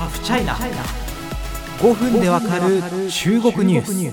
ハフチャイナ、5分でわかる中国ニュー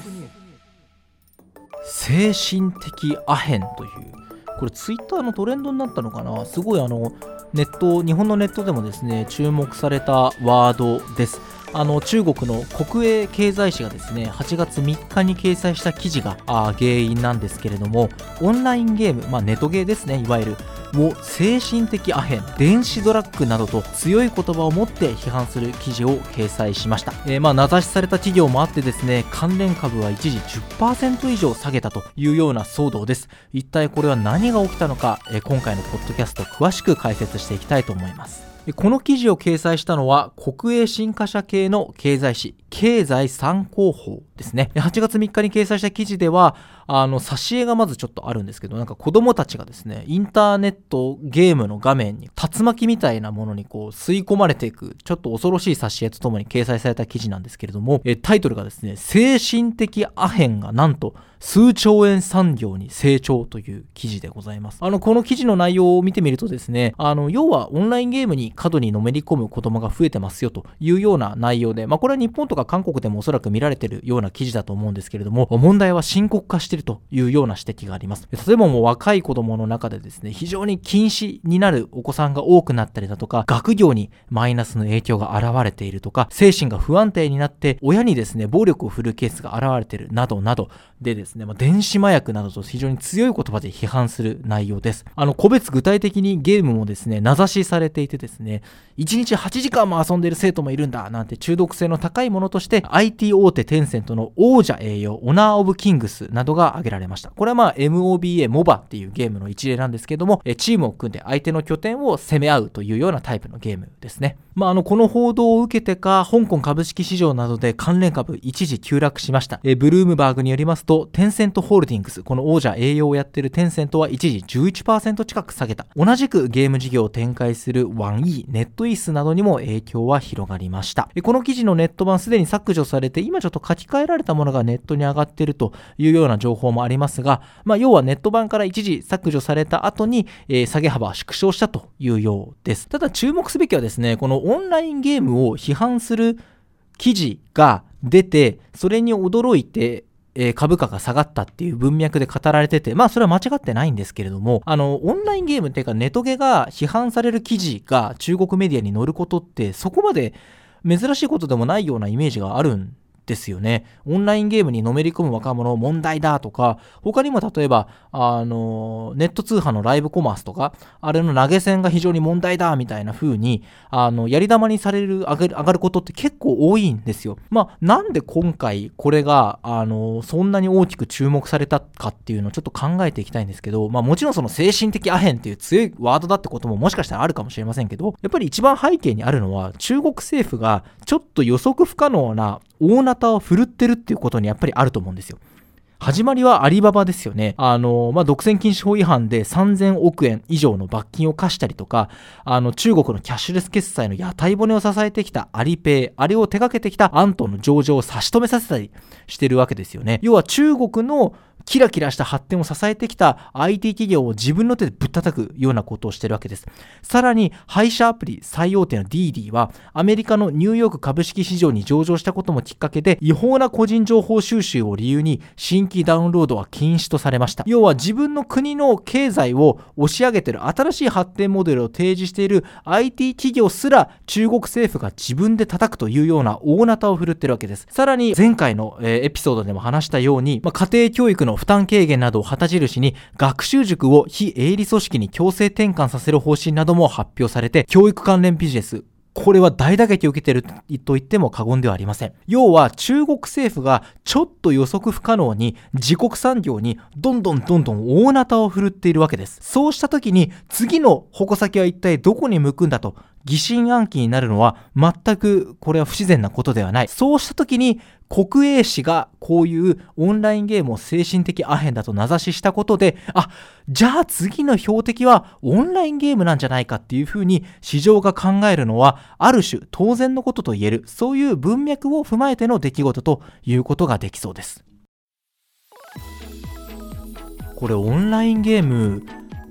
ス。精神的アヘンという、これツイッターのトレンドになったのかな。すごい日本のネットでもですね注目されたワードです。中国の国営経済紙がですね8月3日に掲載した記事が原因なんですけれども、オンラインゲーム、ネトゲーですね、いわゆるを精神的アヘン、電子ドラッグなどと強い言葉を持って批判する記事を掲載しました。名指しされた企業もあってですね、関連株は一時 10% 以上下げたというような騒動です。一体これは何が起きたのか、今回のポッドキャスト詳しく解説していきたいと思います。この記事を掲載したのは国営新華社系の経済誌経済参考報ですね。8月3日に掲載した記事では挿絵がまずちょっとあるんですけど、なんか子供たちがですねインターネットゲームの画面に竜巻みたいなものにこう吸い込まれていく、ちょっと恐ろしい挿絵とともに掲載された記事なんですけれども、タイトルがですね、精神的アヘンがなんと数兆円産業に成長という記事でございます。この記事の内容を見てみるとですね、要はオンラインゲームに過度にのめり込む子供が増えてますよというような内容で、これは日本とか韓国でもおそらく見られているような記事だと思うんですけれども、問題は深刻化しているというような指摘があります。例えばもう若い子供の中でですね、非常に近視になるお子さんが多くなったりだとか、学業にマイナスの影響が現れているとか、精神が不安定になって親にですね暴力を振るうケースが現れているなどなどでですね、電子麻薬などと非常に強い言葉で批判する内容です。個別具体的にゲームもですね名指しされていてですね、1日8時間も遊んでいる生徒もいるんだなんて中毒性の高いものとして IT 大手テンセントの王者栄誉オナーオブキングスなどが挙げられました。これはMOBA モバっていうゲームの一例なんですけども、チームを組んで相手の拠点を攻め合うというようなタイプのゲームですね。この報道を受けてか香港株式市場などで関連株一時急落しました。ブルームバーグによりますと、テンセントホールディングス、この王者栄誉をやっているテンセントは一時 11% 近く下げた。同じくゲーム事業を展開するワンイー、ネットイースなどにも影響は広がりました。この記事のネット版すでに削除されて、今ちょっと書き換えられたものがネットに上がっているというような情報もありますが、要はネット版から一時削除された後に、下げ幅は縮小したというようです。ただ注目すべきはですね、このオンラインゲームを批判する記事が出て、それに驚いて株価が下がったっていう文脈で語られてて、それは間違ってないんですけれども、オンラインゲームっていうかネトゲが批判される記事が中国メディアに載ることってそこまで珍しいことでもないようなイメージがあるんですよね。オンラインゲームにのめり込む若者問題だとか、他にも例えばネット通販のライブコマースとか、あれの投げ銭が非常に問題だみたいな風にやり玉にされる上がることって結構多いんですよ。なんで今回これがそんなに大きく注目されたかっていうのをちょっと考えていきたいんですけど、もちろんその精神的アヘンっていう強いワードだってことももしかしたらあるかもしれませんけど、やっぱり一番背景にあるのは中国政府がちょっと予測不可能な大ナタを振るってるっていうことにやっぱりあると思うんですよ。始まりはアリババですよね。独占禁止法違反で3000億円以上の罰金を課したりとか、中国のキャッシュレス決済の屋台骨を支えてきたアリペイ、あれを手掛けてきたアントンの上場を差し止めさせたりしてるわけですよね。要は中国のキラキラした発展を支えてきた IT 企業を自分の手でぶったたくようなことをしてるわけです。さらに配車アプリ最大手の DiDi はアメリカのニューヨーク株式市場に上場したこともきっかけで、違法な個人情報収集を理由に新規ダウンロードは禁止とされました。要は自分の国の経済を押し上げている新しい発展モデルを提示している IT 企業すら中国政府が自分で叩くというような大ナタを振るってるわけです。さらに前回のエピソードでも話したように、家庭教育の負担軽減などを旗印に学習塾を非営利組織に強制転換させる方針なども発表されて、教育関連ビジネス、これは大打撃を受けていると言っても過言ではありません。要は中国政府がちょっと予測不可能に自国産業にどんどん大ナタを振るっているわけです。そうした時に次の矛先は一体どこに向くんだと疑心暗鬼になるのは全くこれは不自然なことではない。そうした時に国営紙がこういうオンラインゲームを精神的アヘンだと名指ししたことで、じゃあ次の標的はオンラインゲームなんじゃないかっていうふうに市場が考えるのはある種当然のことと言える、そういう文脈を踏まえての出来事ということができそうです。これオンラインゲーム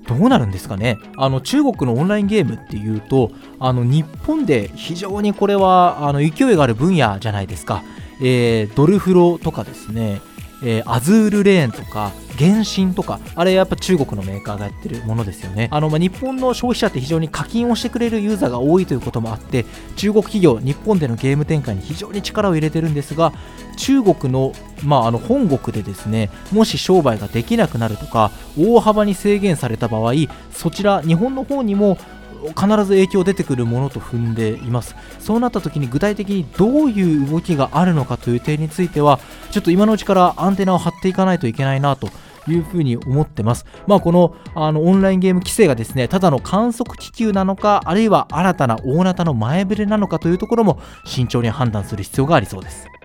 どうなるんですかね。中国のオンラインゲームっていうと、日本で非常にこれは勢いがある分野じゃないですか。ドルフロとかですね、アズールレーンとか原神とか、あれやっぱ中国のメーカーがやってるものですよね。日本の消費者って非常に課金をしてくれるユーザーが多いということもあって、中国企業、日本でのゲーム展開に非常に力を入れてるんですが、中国の、本国でですね、もし商売ができなくなるとか大幅に制限された場合、そちら日本の方にも必ず影響出てくるものと踏んでいます。そうなった時に具体的にどういう動きがあるのかという点については、ちょっと今のうちからアンテナを張っていかないといけないなというふうに思ってます。このオンラインゲーム規制がですね、ただの観測気球なのか、あるいは新たな大型の前触れなのかというところも慎重に判断する必要がありそうです。